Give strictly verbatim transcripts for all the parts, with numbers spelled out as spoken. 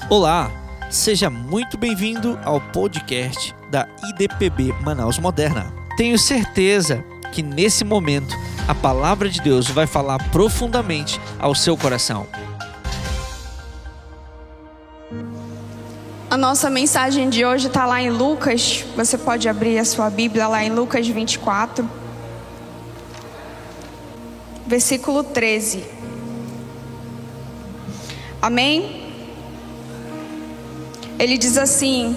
Olá, seja muito bem-vindo ao podcast da I D P B Manaus Moderna. Tenho certeza que nesse momento a palavra de Deus vai falar profundamente ao seu coração. A nossa mensagem de hoje está lá em Lucas. Você pode abrir a sua Bíblia lá em Lucas vinte e quatro, versículo treze. Amém? Ele diz assim: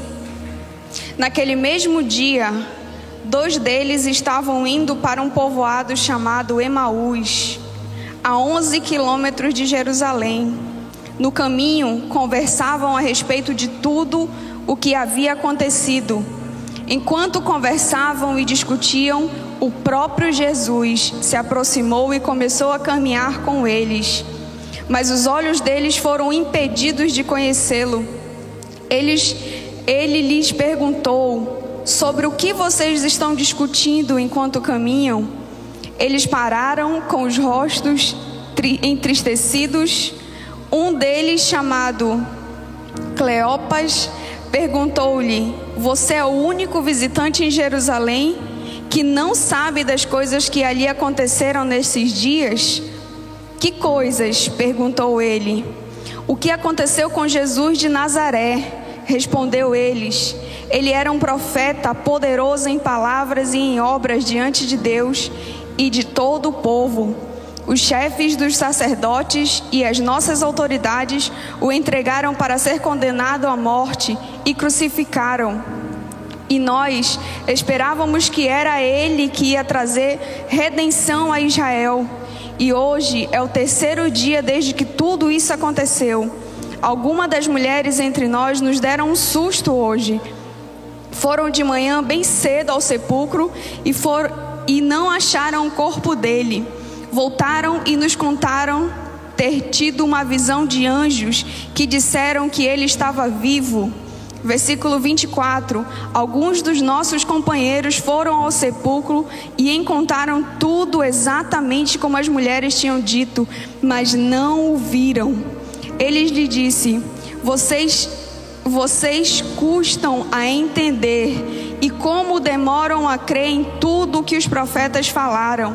naquele mesmo dia, dois deles estavam indo para um povoado chamado Emaús, a onze quilômetros de Jerusalém. No caminho, conversavam a respeito de tudo o que havia acontecido. Enquanto conversavam e discutiam, o próprio Jesus se aproximou e começou a caminhar com eles. Mas os olhos deles foram impedidos de conhecê-lo. Eles, ele lhes perguntou: sobre o que vocês estão discutindo enquanto caminham? Eles pararam com os rostos entristecidos. Um deles, chamado Cleopas, perguntou-lhe: você é o único visitante em Jerusalém que não sabe das coisas que ali aconteceram nesses dias? Que coisas? Perguntou ele. O que aconteceu com Jesus de Nazaré? Respondeu eles. Ele era um profeta, poderoso em palavras e em obras diante de Deus e de todo o povo. Os chefes dos sacerdotes e as nossas autoridades o entregaram para ser condenado à morte e crucificaram. E nós esperávamos que era ele que ia trazer redenção a Israel. E hoje é o terceiro dia desde que tudo isso aconteceu. Algumas das mulheres entre nós nos deram um susto hoje. Foram de manhã bem cedo ao sepulcro e, for, e não acharam o corpo dele. Voltaram e nos contaram ter tido uma visão de anjos que disseram que ele estava vivo. Versículo vinte e quatro. Alguns dos nossos companheiros foram ao sepulcro e encontraram tudo exatamente como as mulheres tinham dito, mas não o viram. Ele lhe disse: vocês, vocês custam a entender e como demoram a crer em tudo o que os profetas falaram.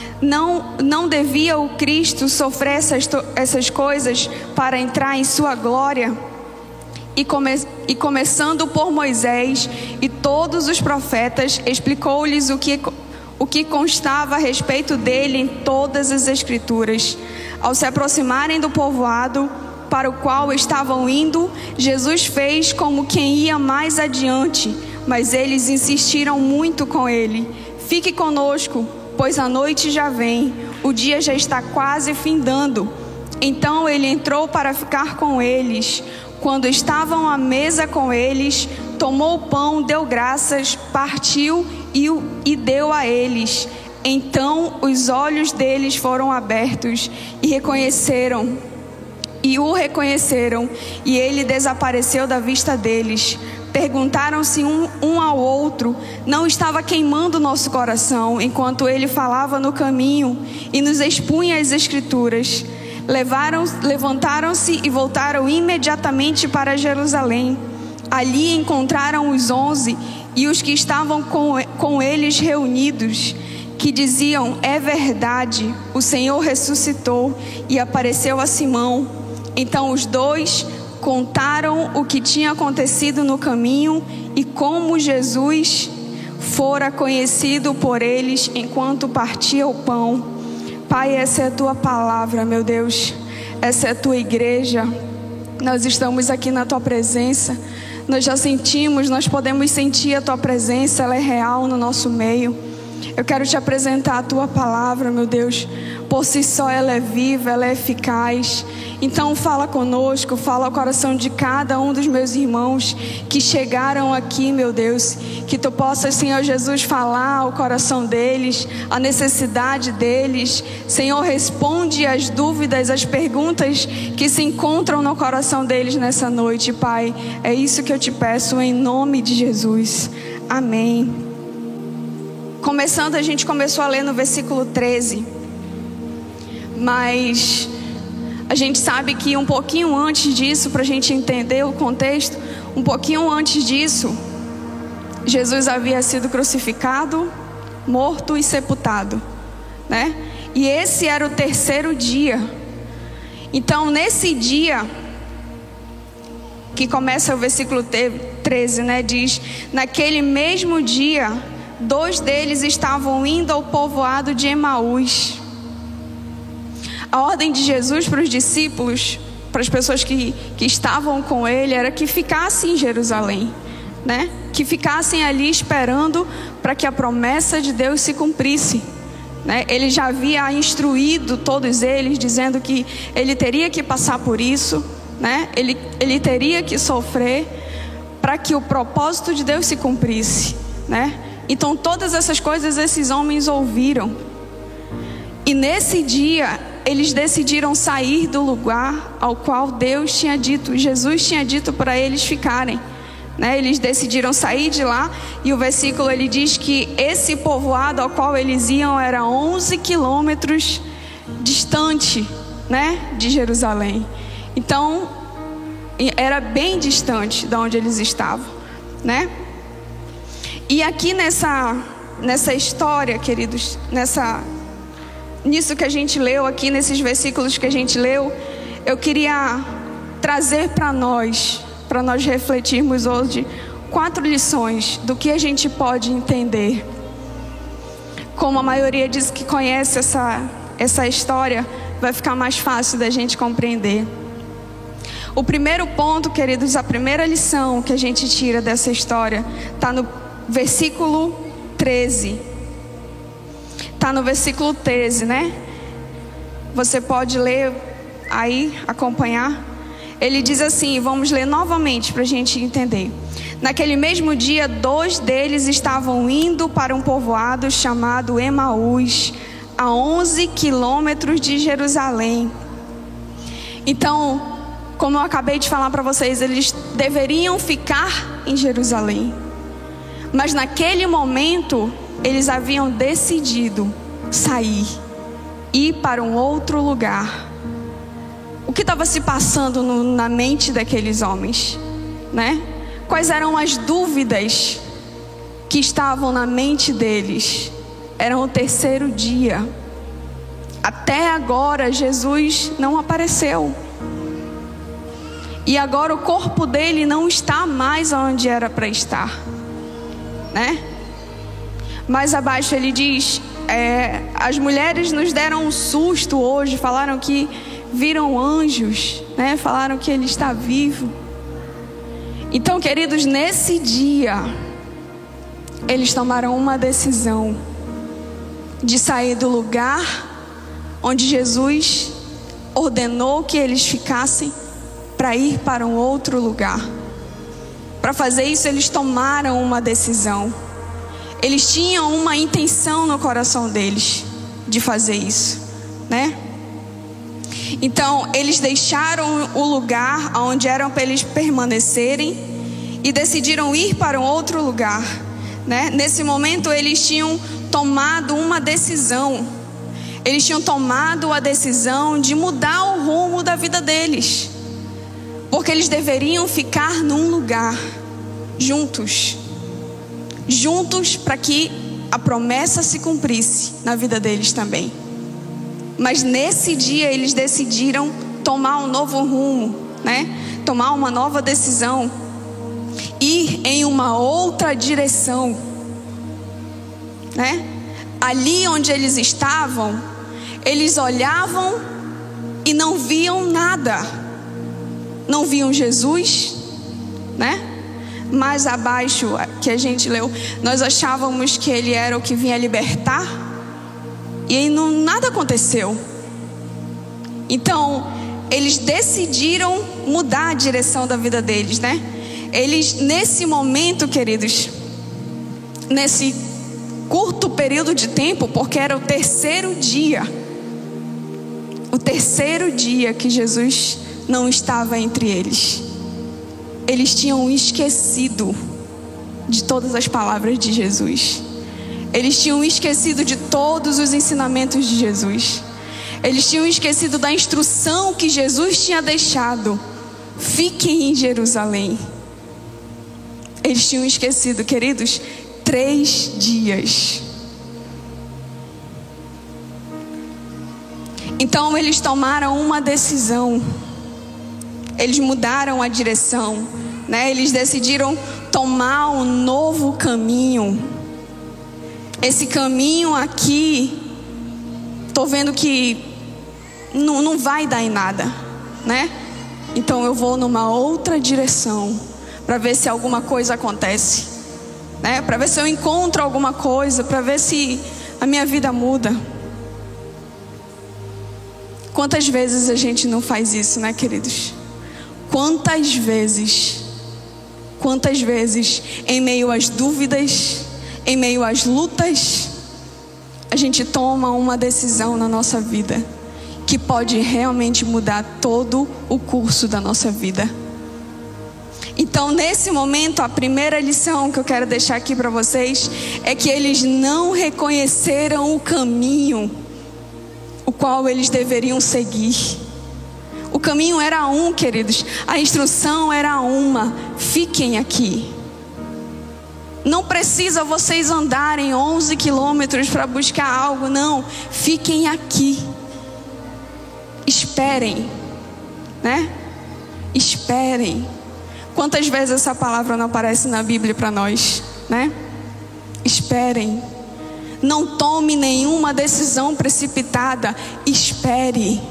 Não, não devia o Cristo sofrer essas, essas coisas para entrar em sua glória? E, come, e começando por Moisés e todos os profetas, explicou-lhes o que, o que constava a respeito dele em todas as Escrituras. Ao se aproximarem do povoado para o qual estavam indo, Jesus fez como quem ia mais adiante, mas eles insistiram muito com ele: fique conosco, pois a noite já vem, o dia já está quase findando. Então ele entrou para ficar com eles. Quando estavam à mesa com eles, tomou o pão, deu graças, partiu e, e deu a eles. Então os olhos deles foram abertos e reconheceram, e o reconheceram, e ele desapareceu da vista deles. Perguntaram-se um, um ao outro: não estava queimando nosso coração enquanto ele falava no caminho e nos expunha as Escrituras? Levaram, levantaram-se e voltaram imediatamente para Jerusalém. Ali encontraram os onze e os que estavam com, com eles reunidos, que diziam: é verdade, o Senhor ressuscitou e apareceu a Simão. Então os dois contaram o que tinha acontecido no caminho e como Jesus fora conhecido por eles enquanto partia o pão. Pai, essa é a tua palavra, meu Deus. Essa é a tua igreja. Nós estamos aqui na tua presença. Nós já sentimos, nós podemos sentir a tua presença. Ela é real no nosso meio. Eu quero te apresentar a tua palavra, meu Deus. Por si só ela é viva, ela é eficaz. Então fala conosco, fala ao coração de cada um dos meus irmãos que chegaram aqui, meu Deus. Que tu possas, Senhor Jesus, falar ao coração deles, a necessidade deles. Senhor, responde as dúvidas, as perguntas que se encontram no coração deles nessa noite, Pai. É isso que eu te peço em nome de Jesus. Amém. Começando, a gente começou a ler no versículo treze. Mas A gente sabe que um pouquinho antes disso, para a gente entender o contexto, um pouquinho antes disso, Jesus havia sido crucificado, morto e sepultado, né? E esse era o terceiro dia. Então, nesse dia, que começa o versículo treze, né? Diz: naquele mesmo dia, dois deles estavam indo ao povoado de Emaús. A ordem de Jesus para os discípulos, para as pessoas que, que estavam com ele, era que ficassem em Jerusalém, né? Que ficassem ali esperando para que a promessa de Deus se cumprisse, né? Ele já havia instruído todos eles, dizendo que ele teria que passar por isso, né? Ele, ele teria que sofrer para que o propósito de Deus se cumprisse, né? Então todas essas coisas esses homens ouviram. E nesse dia eles decidiram sair do lugar ao qual Deus tinha dito, Jesus tinha dito para eles ficarem, né? Eles decidiram sair de lá, e o versículo ele diz que esse povoado ao qual eles iam era onze quilômetros distante, né, de Jerusalém. Então era bem distante de onde eles estavam, né? E aqui nessa, nessa história, queridos, nessa, nisso que a gente leu aqui, nesses versículos que a gente leu, eu queria trazer para nós, para nós refletirmos hoje, quatro lições do que a gente pode entender. Como a maioria diz que conhece essa, essa história, vai ficar mais fácil da gente compreender. O primeiro ponto, queridos, a primeira lição que a gente tira dessa história está no versículo treze. Está no versículo treze, né? Você pode ler aí, acompanhar. Ele diz assim, vamos ler novamente para a gente entender. Naquele mesmo dia, dois deles estavam indo para um povoado chamado Emaús, a onze quilômetros de Jerusalém. Então, como eu acabei de falar para vocês, eles deveriam ficar em Jerusalém. Mas naquele momento, eles haviam decidido sair, ir para um outro lugar. O que estava se passando no, na mente daqueles homens, né? Quais eram as dúvidas que estavam na mente deles? Era o terceiro dia. Até agora Jesus não apareceu. E agora o corpo dele não está mais onde era para estar, né? Mais abaixo ele diz, é, as mulheres nos deram um susto hoje, falaram que viram anjos, né? Falaram que ele está vivo. Então, queridos, nesse dia eles tomaram uma decisão de sair do lugar onde Jesus ordenou que eles ficassem para ir para um outro lugar. Para fazer isso, eles tomaram uma decisão. Eles tinham uma intenção no coração deles de fazer isso, né? Então, eles deixaram o lugar onde eram para eles permanecerem e decidiram ir para um outro lugar, né? Nesse momento, eles tinham tomado uma decisão. Eles tinham tomado a decisão de mudar o rumo da vida deles, porque eles deveriam ficar num lugar juntos, juntos para que a promessa se cumprisse na vida deles também. Mas nesse dia eles decidiram tomar um novo rumo, né? Tomar uma nova decisão, ir em uma outra direção, né? Ali onde eles estavam, eles olhavam e não viam nada. Não viam Jesus, né? Mais abaixo que a gente leu, nós achávamos que ele era o que vinha libertar, e aí não, nada aconteceu. Então, eles decidiram mudar a direção da vida deles, né? Eles, nesse momento, queridos, nesse curto período de tempo, porque era o terceiro dia, o terceiro dia que Jesus não estava entre eles. Eles tinham esquecido de todas as palavras de Jesus. Eles tinham esquecido de todos os ensinamentos de Jesus. Eles tinham esquecido da instrução que Jesus tinha deixado. Fiquem em Jerusalém. Eles tinham esquecido, queridos, três dias. Então eles tomaram uma decisão. Eles mudaram a direção, né? Eles decidiram tomar um novo caminho. Esse caminho aqui, tô vendo que não, não vai dar em nada, né? Então eu vou numa outra direção para ver se alguma coisa acontece, né? Para ver se eu encontro alguma coisa, para ver se a minha vida muda. Quantas vezes a gente não faz isso, né, queridos? Quantas vezes, quantas vezes, em meio às dúvidas, em meio às lutas, a gente toma uma decisão na nossa vida que pode realmente mudar todo o curso da nossa vida. Então, nesse momento, a primeira lição que eu quero deixar aqui para vocês é que eles não reconheceram o caminho o qual eles deveriam seguir. O caminho era um, queridos. A instrução era uma: fiquem aqui. Não precisa vocês andarem onze quilômetros para buscar algo, não. Fiquem aqui. Esperem, né? Esperem. Quantas vezes essa palavra não aparece na Bíblia para nós, né? Esperem. Não tome nenhuma decisão precipitada. Espere.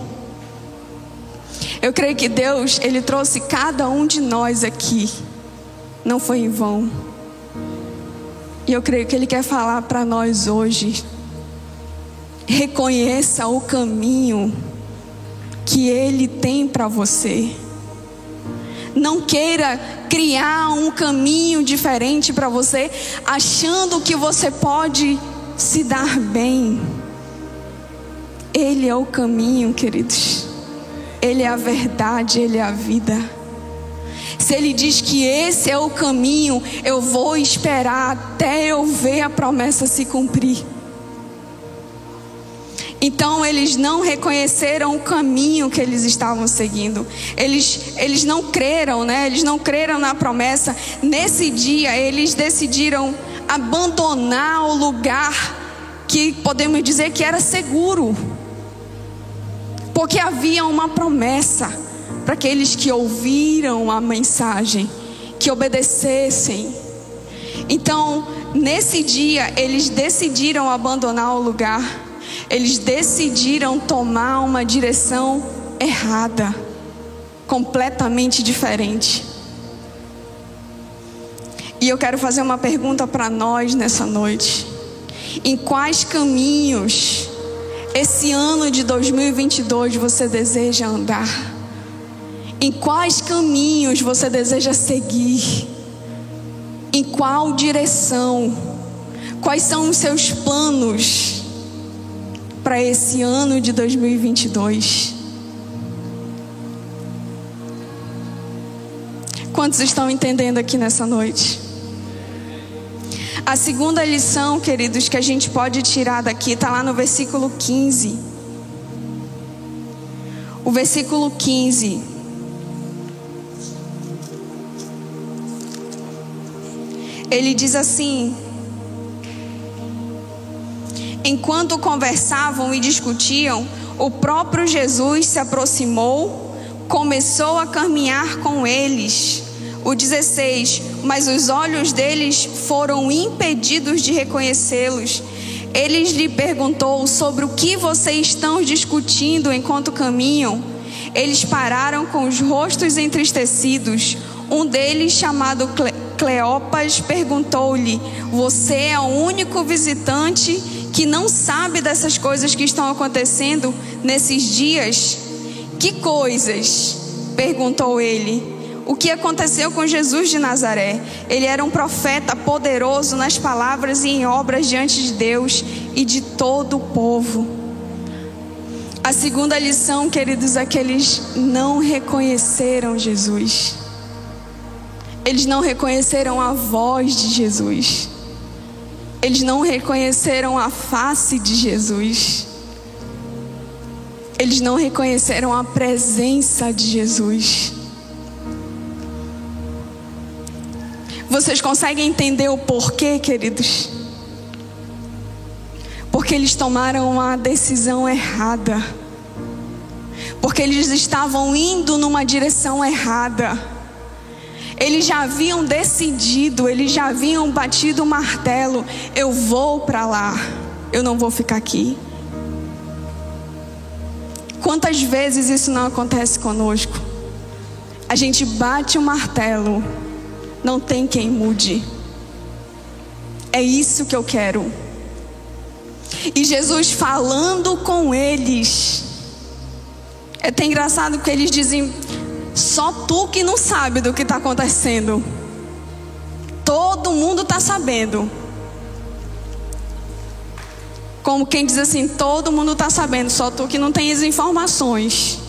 Eu creio que Deus, Ele trouxe cada um de nós aqui. Não foi em vão. E eu creio que Ele quer falar para nós hoje. Reconheça o caminho que Ele tem para você. Não queira criar um caminho diferente para você, achando que você pode se dar bem. Ele é o caminho, queridos. Ele é a verdade, Ele é a vida. Se Ele diz que esse é o caminho, eu vou esperar até eu ver a promessa se cumprir. Então eles não reconheceram o caminho que eles estavam seguindo. Eles, eles não creram, né? Eles não creram na promessa. Nesse dia eles decidiram abandonar o lugar que podemos dizer que era seguro, porque havia uma promessa para aqueles que ouviram a mensagem, que obedecessem. Então, nesse dia, eles decidiram abandonar o lugar. Eles decidiram tomar uma direção errada, completamente diferente. E eu quero fazer uma pergunta para nós nessa noite. Em quais caminhos esse ano de dois mil e vinte e dois você deseja andar? Em quais caminhos você deseja seguir? Em qual direção? Quais são os seus planos para esse ano de dois mil e vinte e dois? Quantos estão entendendo aqui nessa noite? A segunda lição, queridos, que a gente pode tirar daqui está lá no versículo quinze. O versículo quinze. Ele diz assim: enquanto conversavam e discutiam, o próprio Jesus se aproximou, começou a caminhar com eles. O dezesseis, mas os olhos deles foram impedidos de reconhecê-los. Eles lhe perguntou sobre o que vocês estão discutindo enquanto caminham. Eles pararam com os rostos entristecidos. Um deles, chamado Cleopas, perguntou-lhe: você é o único visitante que não sabe dessas coisas que estão acontecendo nesses dias? Que coisas? Perguntou ele. O que aconteceu com Jesus de Nazaré? Ele era um profeta poderoso nas palavras e em obras diante de Deus e de todo o povo. A segunda lição, queridos, é que eles não reconheceram Jesus. Eles não reconheceram a voz de Jesus. Eles não reconheceram a face de Jesus. Eles não reconheceram a presença de Jesus. Vocês conseguem entender o porquê, queridos? Porque eles tomaram uma decisão errada. Porque eles estavam indo numa direção errada. Eles já haviam decidido, eles já haviam batido o martelo: eu vou para lá, eu não vou ficar aqui. Quantas vezes isso não acontece conosco? A gente bate o martelo, não tem quem mude. É isso que eu quero. E Jesus falando com eles, é até engraçado que eles dizem: só tu que não sabe do que está acontecendo. Todo mundo está sabendo. Como quem diz assim: todo mundo está sabendo, só tu que não tem as informações.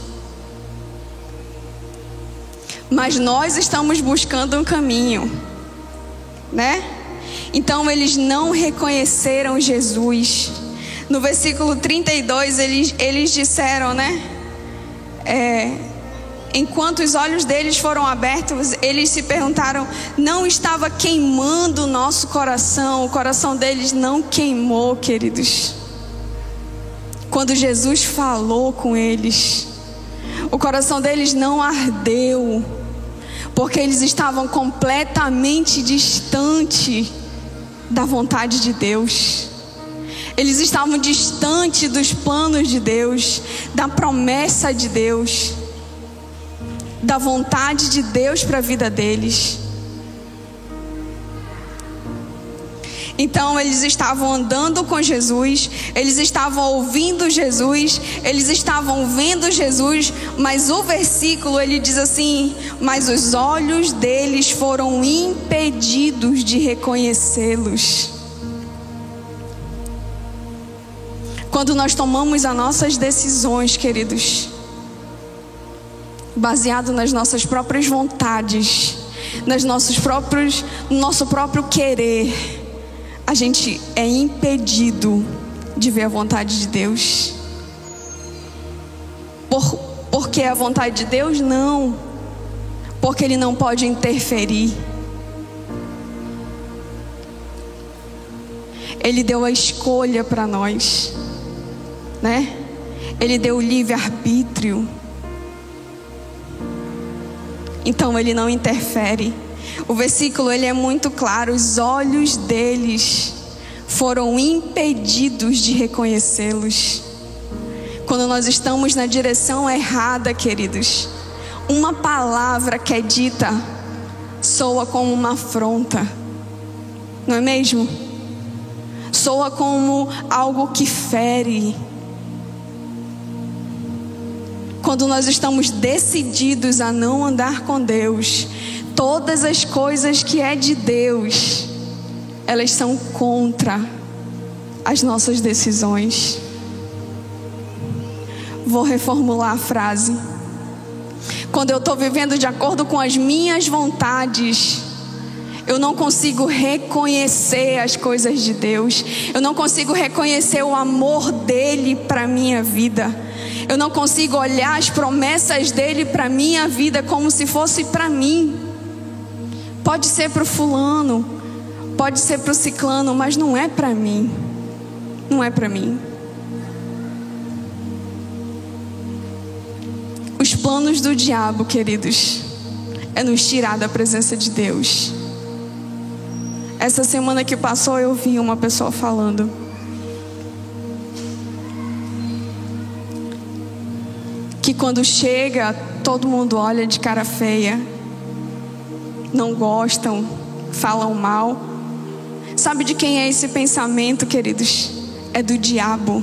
Mas nós estamos buscando um caminho, né? Então eles não reconheceram Jesus. No versículo trinta e dois eles, eles disseram, né? É, enquanto os olhos deles foram abertos, eles se perguntaram: não estava queimando o nosso coração? O coração deles não queimou, queridos. Quando Jesus falou com eles, o coração deles não ardeu, porque eles estavam completamente distantes da vontade de Deus. Eles estavam distantes dos planos de Deus, da promessa de Deus, da vontade de Deus para a vida deles. Então eles estavam andando com Jesus, eles estavam ouvindo Jesus, eles estavam vendo Jesus, mas o versículo ele diz assim: mas os olhos deles foram impedidos de reconhecê-los. Quando nós tomamos as nossas decisões, queridos, baseado nas nossas próprias vontades, nas nossos próprios, no nosso próprio querer, a gente é impedido de ver a vontade de Deus. Por, porque é a vontade de Deus? Não. Porque Ele não pode interferir. Ele deu a escolha para nós, né? Ele deu o livre-arbítrio. Então Ele não interfere. O versículo ele é muito claro: os olhos deles foram impedidos de reconhecê-los. Quando nós estamos na direção errada, queridos, uma palavra que é dita soa como uma afronta, não é mesmo? Soa como algo que fere. Quando nós estamos decididos a não andar com Deus, todas as coisas que é de Deus, elas são contra as nossas decisões. Vou reformular a frase. Quando eu estou vivendo de acordo com as minhas vontades, eu não consigo reconhecer as coisas de Deus. Eu não consigo reconhecer o amor dele para a minha vida. Eu não consigo olhar as promessas dele para a minha vida como se fosse para mim. Pode ser para o fulano, pode ser para o ciclano, mas não é para mim. Não é para mim. Os planos do diabo, queridos, é nos tirar da presença de Deus. Essa semana que passou eu vi uma pessoa falando que quando chega, todo mundo olha de cara feia, não gostam, falam mal. Sabe de quem é esse pensamento, queridos? É do diabo.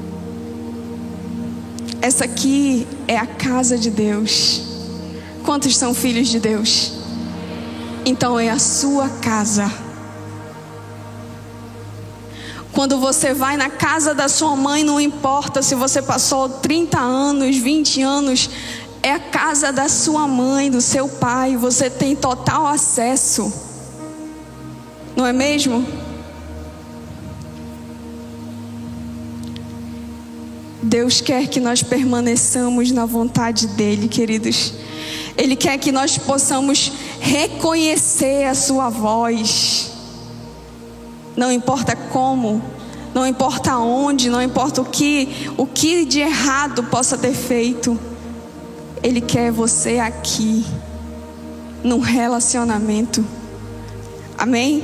Essa aqui é a casa de Deus. Quantos são filhos de Deus? Então é a sua casa. Quando você vai na casa da sua mãe, não importa se você passou trinta anos, vinte anos, é a casa da sua mãe, do seu pai, você tem total acesso. Não é mesmo? Deus quer que nós permaneçamos na vontade dEle, queridos. Ele quer que nós possamos reconhecer a sua voz. Não importa como, não importa onde, não importa o que, o que de errado possa ter feito. Ele quer você aqui, num relacionamento. Amém?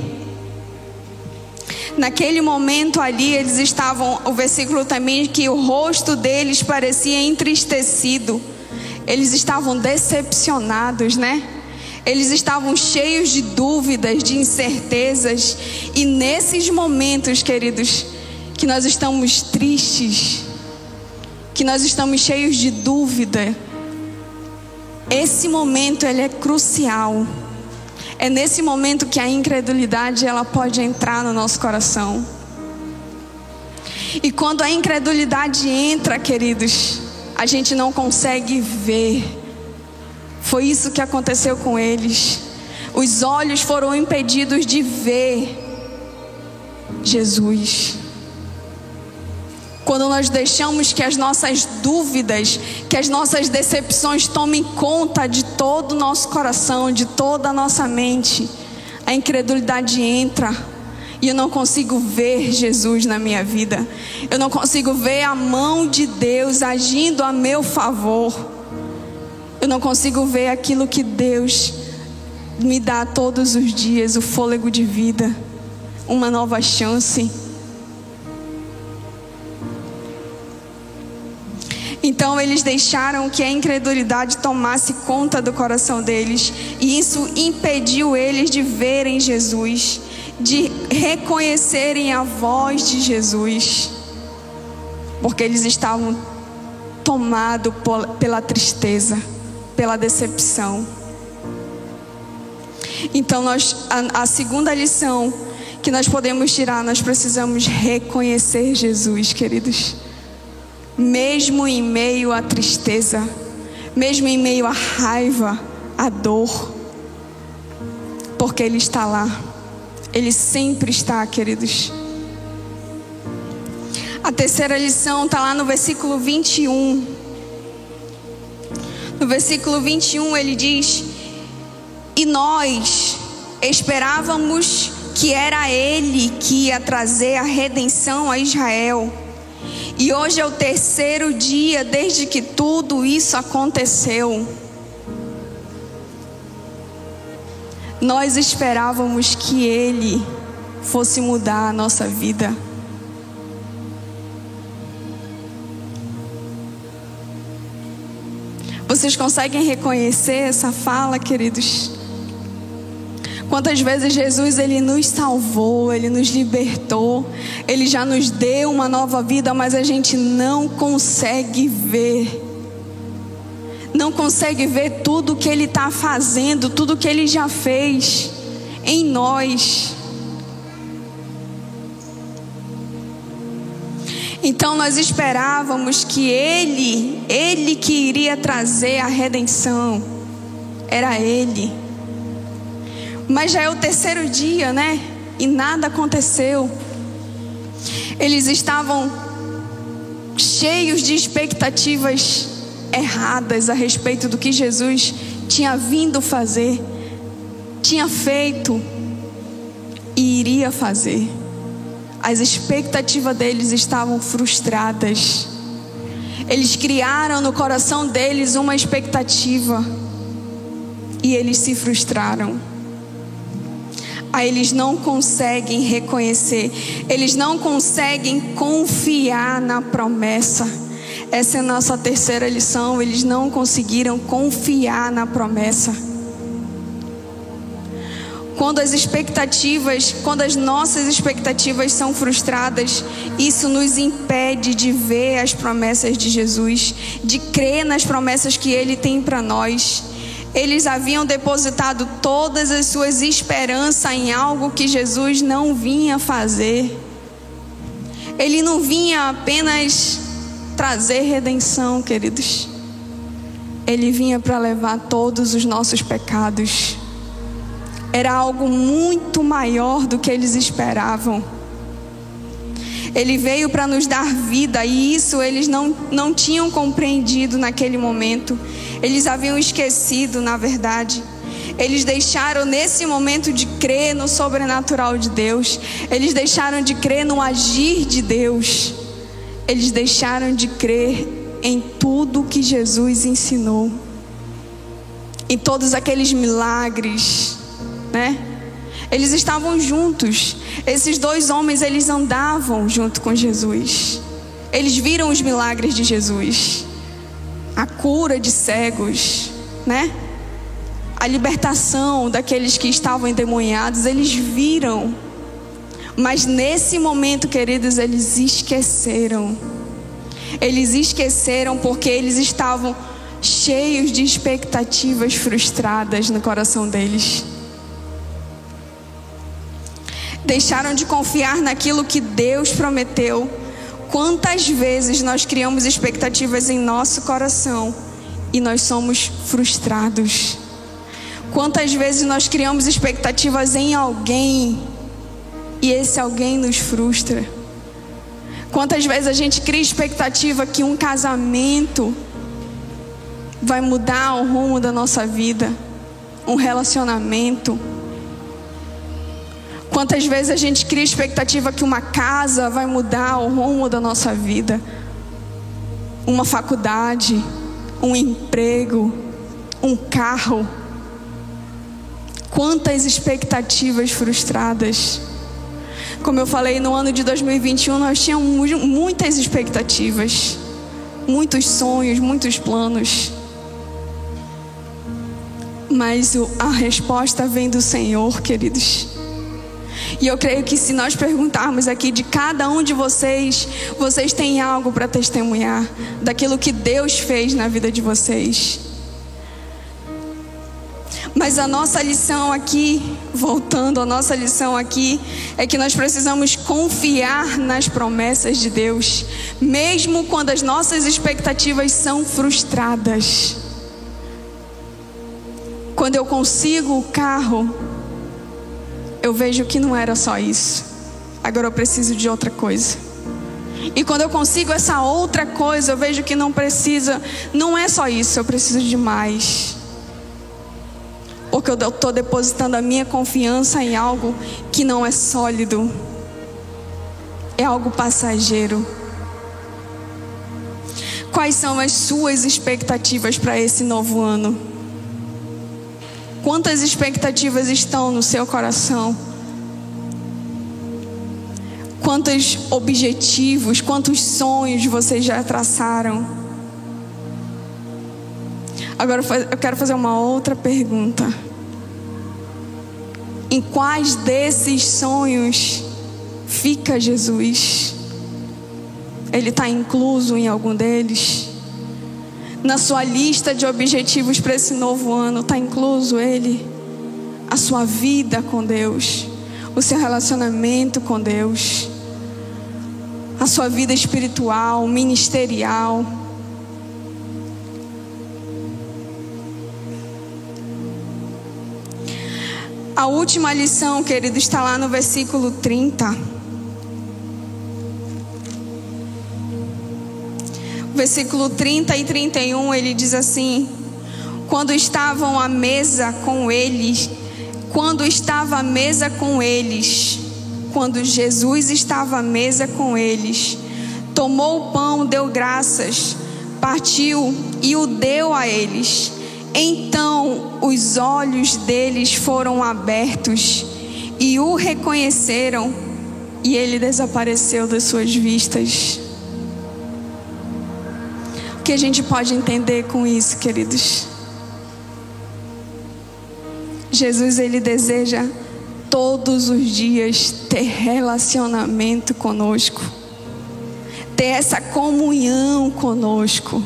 Naquele momento ali, eles estavam, o versículo também, que o rosto deles parecia entristecido. Eles estavam decepcionados, né? Eles estavam cheios de dúvidas, de incertezas. E nesses momentos, queridos, que nós estamos tristes, que nós estamos cheios de dúvida, esse momento ele é crucial. É nesse momento que a incredulidade ela pode entrar no nosso coração. E quando a incredulidade entra, queridos, a gente não consegue ver. Foi isso que aconteceu com eles. Os olhos foram impedidos de ver Jesus. Quando nós deixamos que as nossas dúvidas, que as nossas decepções tomem conta de todo o nosso coração, de toda a nossa mente, a incredulidade entra e eu não consigo ver Jesus na minha vida. Eu não consigo ver a mão de Deus agindo a meu favor. Eu não consigo ver aquilo que Deus me dá todos os dias, o fôlego de vida, uma nova chance. Então eles deixaram que a incredulidade tomasse conta do coração deles, e isso impediu eles de verem Jesus, de reconhecerem a voz de Jesus, porque eles estavam tomados pela tristeza, pela decepção. Então nós, a, a segunda lição que nós podemos tirar, nós precisamos reconhecer Jesus, queridos. Mesmo em meio à tristeza, mesmo em meio à raiva, à dor, porque Ele está lá. Ele sempre está, queridos. A terceira lição está lá no versículo vinte e um. No versículo vinte e um ele diz: e nós esperávamos que era Ele que ia trazer a redenção a Israel. E hoje é o terceiro dia desde que tudo isso aconteceu. Nós esperávamos que Ele fosse mudar a nossa vida. Vocês conseguem reconhecer essa fala, queridos? Quantas vezes Jesus ele nos salvou, Ele nos libertou, Ele já nos deu uma nova vida, mas a gente não consegue ver. Não consegue ver tudo que Ele está fazendo, tudo que Ele já fez em nós. Então nós esperávamos que Ele, Ele que iria trazer a redenção, era Ele. Mas já é o terceiro dia, né? E nada aconteceu. Eles estavam cheios de expectativas erradas a respeito do que Jesus tinha vindo fazer, tinha feito e iria fazer. As expectativas deles estavam frustradas. Eles criaram no coração deles uma expectativa e eles se frustraram. Aí eles não conseguem reconhecer, eles não conseguem confiar na promessa. Essa é a nossa terceira lição. Eles não conseguiram confiar na promessa. Quando as expectativas, quando as nossas expectativas são frustradas, isso nos impede de ver as promessas de Jesus, de crer nas promessas que Ele tem para nós. Eles haviam depositado todas as suas esperanças em algo que Jesus não vinha fazer. Ele não vinha apenas trazer redenção, queridos. Ele vinha para levar todos os nossos pecados. Era algo muito maior do que eles esperavam. Ele veio para nos dar vida, e isso eles não, não tinham compreendido naquele momento. Eles haviam esquecido, na verdade. Eles deixaram nesse momento de crer no sobrenatural de Deus. Eles deixaram de crer no agir de Deus. Eles deixaram de crer em tudo que Jesus ensinou, em todos aqueles milagres, né? Eles estavam juntos. Esses dois homens, eles andavam junto com Jesus. Eles viram os milagres de Jesus, a cura de cegos, né? A libertação daqueles que estavam endemoniados, eles viram. Mas nesse momento, queridos, eles esqueceram. Eles esqueceram porque eles estavam cheios de expectativas frustradas no coração deles. Deixaram de confiar naquilo que Deus prometeu. Quantas vezes nós criamos expectativas em nosso coração e nós somos frustrados? Quantas vezes nós criamos expectativas em alguém e esse alguém nos frustra? Quantas vezes a gente cria expectativa que um casamento vai mudar o rumo da nossa vida, um relacionamento? Quantas vezes a gente cria expectativa que uma casa vai mudar o rumo da nossa vida, uma faculdade, um emprego, um carro? Quantas expectativas frustradas. Como eu falei, no ano de dois mil e vinte e um nós tínhamos muitas expectativas, muitos sonhos, muitos planos. Mas a resposta vem do Senhor, queridos. E eu creio que se nós perguntarmos aqui de cada um de vocês, vocês têm algo para testemunhar daquilo que Deus fez na vida de vocês. Mas a nossa lição aqui, voltando à nossa lição aqui, é que nós precisamos confiar nas promessas de Deus, mesmo quando as nossas expectativas são frustradas. Quando eu consigo o carro, eu vejo que não era só isso. Agora eu preciso de outra coisa. E quando eu consigo essa outra coisa, eu vejo que não precisa, não é só isso, eu preciso de mais. Porque eu estou depositando a minha confiança em algo que não é sólido, é algo passageiro. Quais são as suas expectativas para esse novo ano? Quantas expectativas estão no seu coração? Quantos objetivos, quantos sonhos vocês já traçaram? Agora eu quero fazer uma outra pergunta. Em quais desses sonhos fica Jesus? Ele está incluso em algum deles? Na sua lista de objetivos para esse novo ano, está incluso ele? A sua vida com Deus, o seu relacionamento com Deus, a sua vida espiritual, ministerial. A última lição, querido, está lá no versículo trinta. Versículo trinta e trinta e um, ele diz assim: quando estavam à mesa com eles, quando estava à mesa com eles, quando Jesus estava à mesa com eles, tomou o pão, deu graças, partiu e o deu a eles. Então os olhos deles foram abertos e o reconheceram, e ele desapareceu das suas vistas. O que a gente pode entender com isso, queridos? Jesus, ele deseja todos os dias ter relacionamento conosco, ter essa comunhão conosco.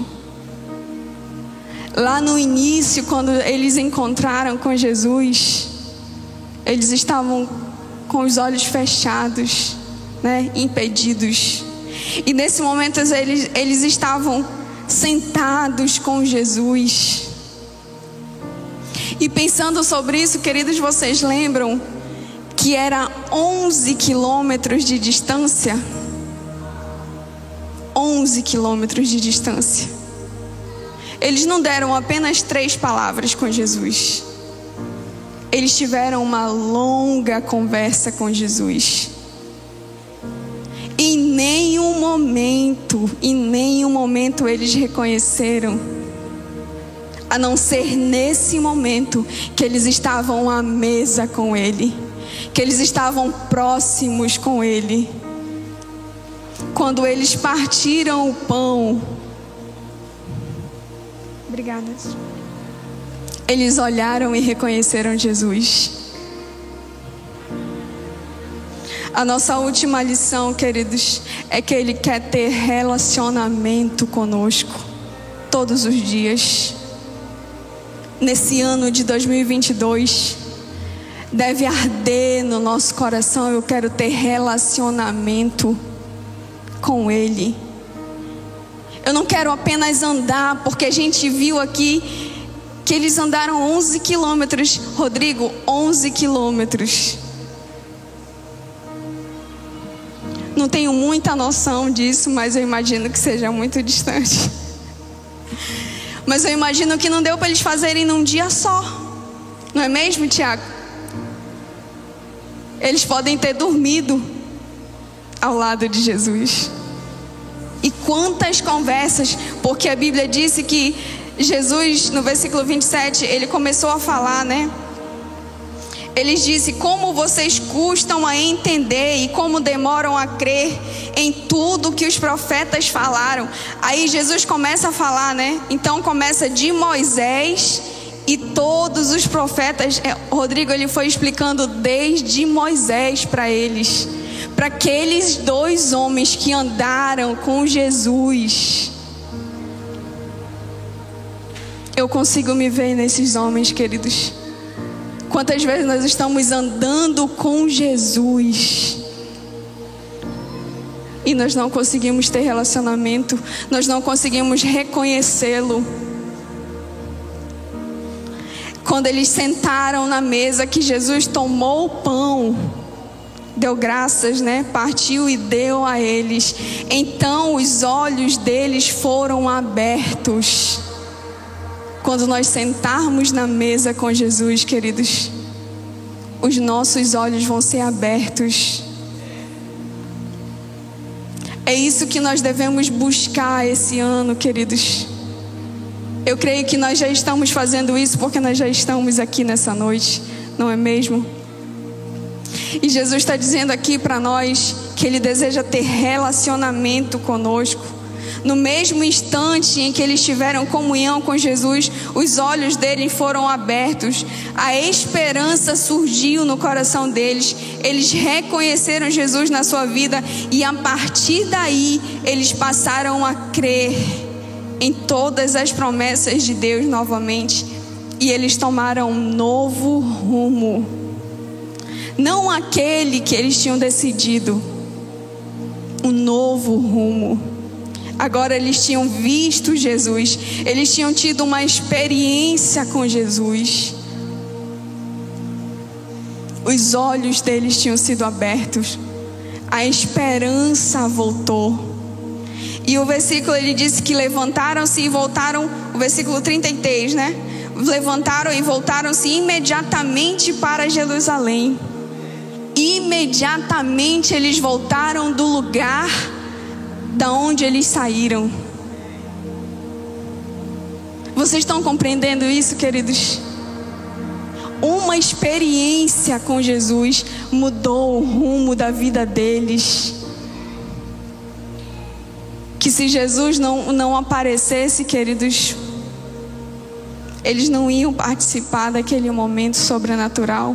Lá no início, quando eles encontraram com Jesus, eles estavam com os olhos fechados, né, impedidos. E nesse momento eles, eles estavam sentados com Jesus. E pensando sobre isso, queridos, vocês lembram que era onze quilômetros de distância? onze quilômetros de distância. Eles não deram apenas três palavras com Jesus. Eles tiveram uma longa conversa com Jesus. Em nenhum momento, em nenhum momento eles reconheceram, a não ser nesse momento que eles estavam à mesa com Ele, que eles estavam próximos com Ele. Quando eles partiram o pão, obrigada. Eles olharam e reconheceram Jesus. A nossa última lição, queridos, é que Ele quer ter relacionamento conosco todos os dias. Nesse ano de dois mil e vinte e dois, deve arder no nosso coração: eu quero ter relacionamento com Ele. Eu não quero apenas andar, porque a gente viu aqui que eles andaram onze quilômetros. Rodrigo, onze quilômetros. Não tenho muita noção disso, mas eu imagino que seja muito distante. Mas eu imagino que não deu para eles fazerem num dia só. Não é mesmo, Tiago? Eles podem ter dormido ao lado de Jesus. E quantas conversas, porque a Bíblia disse que Jesus, no versículo vinte e sete, ele começou a falar, né? Ele disse: como vocês custam a entender e como demoram a crer em tudo que os profetas falaram. Aí Jesus começa a falar, né? Então começa de Moisés e todos os profetas. Rodrigo, ele foi explicando desde Moisés para eles, para aqueles dois homens que andaram com Jesus. Eu consigo me ver nesses homens, queridos. Quantas vezes nós estamos andando com Jesus e nós não conseguimos ter relacionamento, nós não conseguimos reconhecê-lo. Quando eles sentaram na mesa, que Jesus tomou o pão, deu graças, né? Partiu e deu a eles. Então os olhos deles foram abertos. Quando nós sentarmos na mesa com Jesus, queridos, os nossos olhos vão ser abertos. É isso que nós devemos buscar esse ano, queridos. Eu creio que nós já estamos fazendo isso, porque nós já estamos aqui nessa noite, não é mesmo? E Jesus está dizendo aqui para nós que Ele deseja ter relacionamento conosco. No mesmo instante em que eles tiveram comunhão com Jesus, os olhos deles foram abertos, a esperança surgiu no coração deles, eles reconheceram Jesus na sua vida e a partir daí eles passaram a crer em todas as promessas de Deus novamente, e eles tomaram um novo rumo, não aquele que eles tinham decidido, um novo rumo. Agora eles tinham visto Jesus, eles tinham tido uma experiência com Jesus. Os olhos deles tinham sido abertos, a esperança voltou. E o versículo, ele disse que levantaram-se e voltaram, o versículo trinta e três, né? Levantaram e voltaram-se imediatamente para Jerusalém. Imediatamente eles voltaram do lugar da onde eles saíram. Vocês estão compreendendo isso, queridos? Uma experiência com Jesus mudou o rumo da vida deles. Que se Jesus não, não aparecesse, queridos, eles não iam participar daquele momento sobrenatural.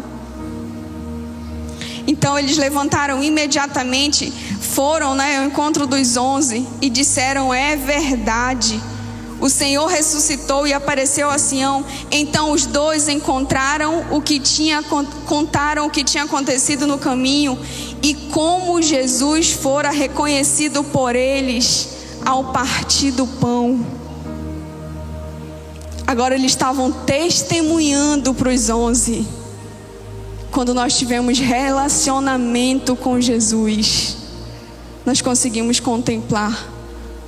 Então eles levantaram imediatamente, foram, né, ao encontro dos onze e disseram: é verdade, o Senhor ressuscitou e apareceu a Sião. Então os dois encontraram o que tinha, contaram o que tinha acontecido no caminho e como Jesus fora reconhecido por eles ao partir do pão. Agora eles estavam testemunhando para os onze. Quando nós tivemos relacionamento com Jesus, nós conseguimos contemplar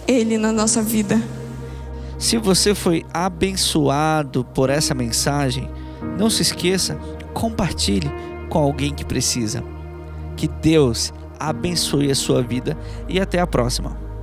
Ele na nossa vida. Se você foi abençoado por essa mensagem, não se esqueça, compartilhe com alguém que precisa. Que Deus abençoe a sua vida e até a próxima.